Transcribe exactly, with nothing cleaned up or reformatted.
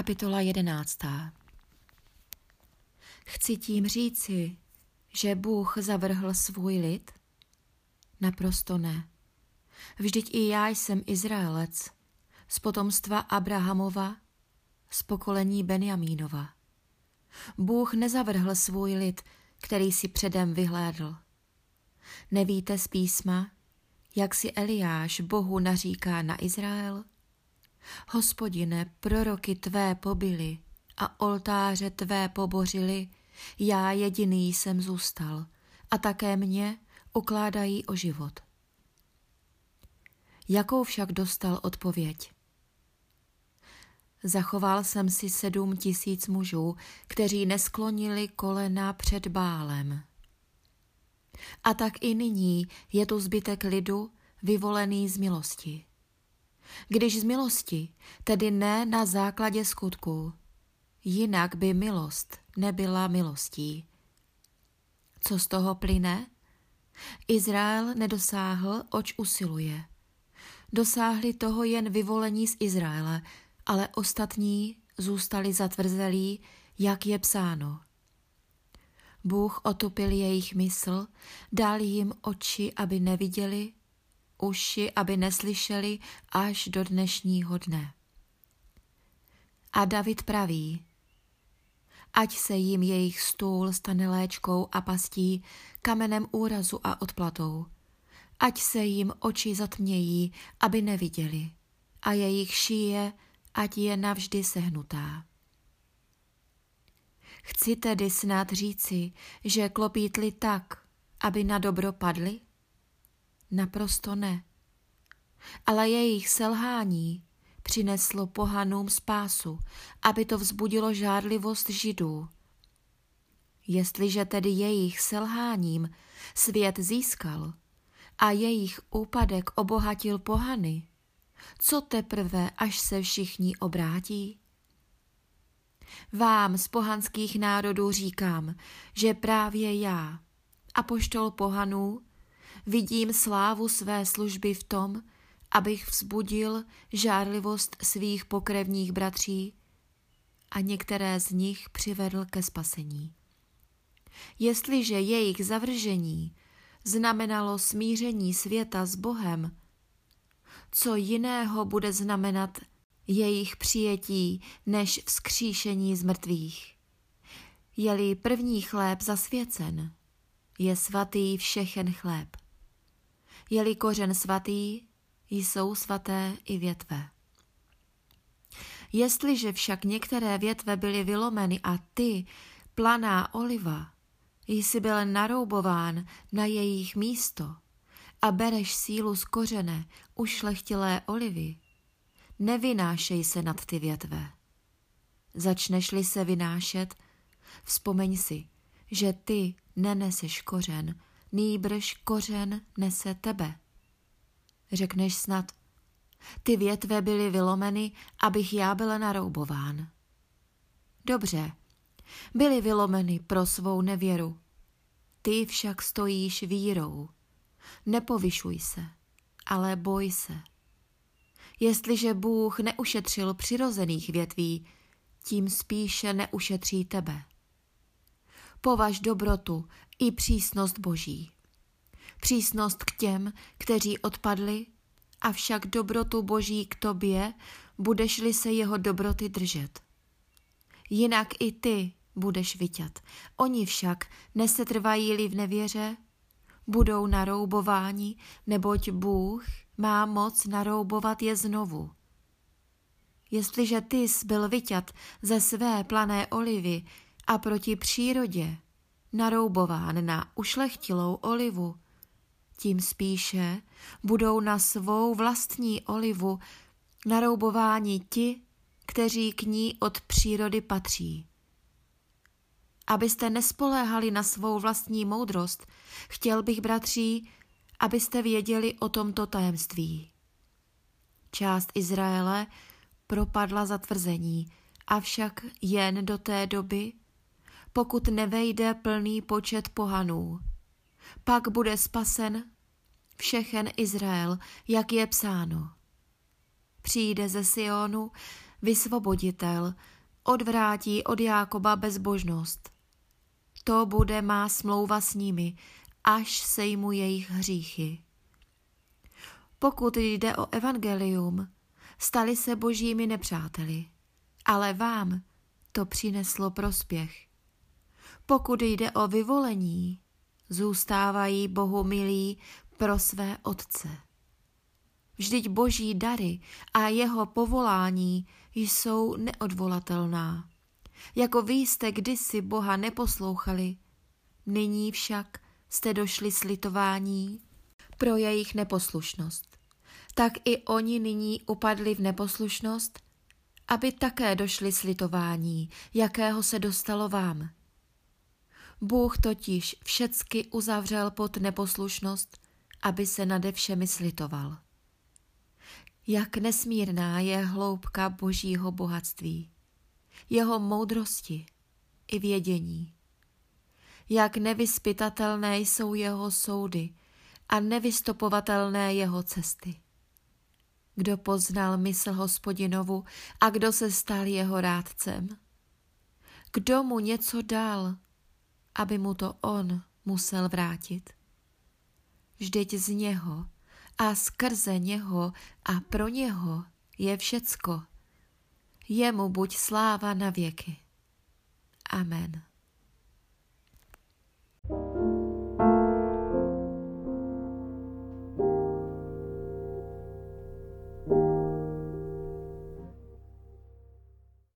Kapitola jedenáctá. Chci tím říci, že Bůh zavrhl svůj lid? Naprosto ne. Vždyť i já jsem Izraelec, z potomstva Abrahamova, z pokolení Benjamínova. Bůh nezavrhl svůj lid, který si předem vyhlédl. Nevíte z písma, jak si Eliáš Bohu naříká na Izrael? Hospodine, proroky tvé pobili a oltáře tvé pobořili, já jediný jsem zůstal a také mě ukládají o život. Jakou však dostal odpověď? Zachoval jsem si sedm tisíc mužů, kteří nesklonili kolena před Bálem. A tak i nyní je tu zbytek lidu vyvolený z milosti. Když z milosti, tedy ne na základě skutků, jinak by milost nebyla milostí. Co z toho plyne? Izrael nedosáhl, oč usiluje. Dosáhli toho jen vyvolení z Izraele, ale ostatní zůstali zatvrzelí, jak je psáno. Bůh otupil jejich mysl, dal jim oči, aby neviděli, uši, aby neslyšeli, až do dnešního dne. A David praví, ať se jim jejich stůl stane léčkou a pastí, kamenem úrazu a odplatou. Ať se jim oči zatmějí, aby neviděli, a jejich šíje, ať je navždy sehnutá. Chci tedy snad říci, že klopítli tak, aby na dobro padli? Naprosto ne. Ale jejich selhání přineslo pohanům spásu, aby to vzbudilo žárlivost Židů. Jestliže tedy jejich selháním svět získal a jejich úpadek obohatil pohany, co teprve, až se všichni obrátí? Vám z pohanských národů říkám, že právě já, apoštol pohanů, vidím slávu své služby v tom, abych vzbudil žárlivost svých pokrevních bratří a některé z nich přivedl ke spasení. Jestliže jejich zavržení znamenalo smíření světa s Bohem, co jiného bude znamenat jejich přijetí než vzkříšení z mrtvých? Je-li první chléb zasvěcen, je svatý všechen chléb. Je-li kořen svatý, jsou svaté i větve. Jestliže však některé větve byly vylomeny a ty, planá oliva, jsi byl naroubován na jejich místo a bereš sílu z kořene ušlechtilé olivy, nevynášej se nad ty větve. Začneš-li se vynášet, vzpomeň si, že ty neneseš kořen, nýbrž kořen nese tebe. Řekneš snad, ty větve byly vylomeny, abych já byl naroubován. Dobře, byly vylomeny pro svou nevěru. Ty však stojíš vírou. Nepovyšuj se, ale boj se. Jestliže Bůh neušetřil přirozených větví, tím spíše neušetří tebe. Považ dobrotu i přísnost Boží. Přísnost k těm, kteří odpadli, avšak dobrotu Boží k tobě, budeš-li se jeho dobroty držet. Jinak i ty budeš vyťat. Oni však, nesetrvají-li v nevěře, budou naroubováni, neboť Bůh má moc naroubovat je znovu. Jestliže ty jsi byl vyťat ze své plané olivy a proti přírodě naroubován na ušlechtilou olivu, tím spíše budou na svou vlastní olivu naroubováni ti, kteří k ní od přírody patří. Abyste nespoléhali na svou vlastní moudrost, chtěl bych, bratří, abyste věděli o tomto tajemství. Část Izraele propadla zatvrzení, avšak jen do té doby, pokud nevejde plný počet pohanů. Pak bude spasen všechen Izrael, jak je psáno. Přijde ze Sionu vysvoboditel, odvrátí od Jákoba bezbožnost. To bude má smlouva s nimi, až sejmu jejich hříchy. Pokud jde o evangelium, stali se božími nepřáteli, ale vám to přineslo prospěch. Pokud jde o vyvolení, zůstávají Bohu milí pro své otce. Vždyť boží dary a jeho povolání jsou neodvolatelná. Jako vy jste kdysi Boha neposlouchali, nyní však jste došli slitování pro jejich neposlušnost. Tak i oni nyní upadli v neposlušnost, aby také došli slitování, jakého se dostalo vám. Bůh totiž všecky uzavřel pod neposlušnost, aby se nade všemi slitoval. Jak nesmírná je hloubka božího bohatství, jeho moudrosti i vědění. Jak nevyzpytatelné jsou jeho soudy a nevystopovatelné jeho cesty. Kdo poznal mysl Hospodinovu a kdo se stal jeho rádcem? Kdo mu něco dal, aby mu to on musel vrátit? Vždyť z něho a skrze něho a pro něho je všecko. Jemu buď sláva na věky. Amen.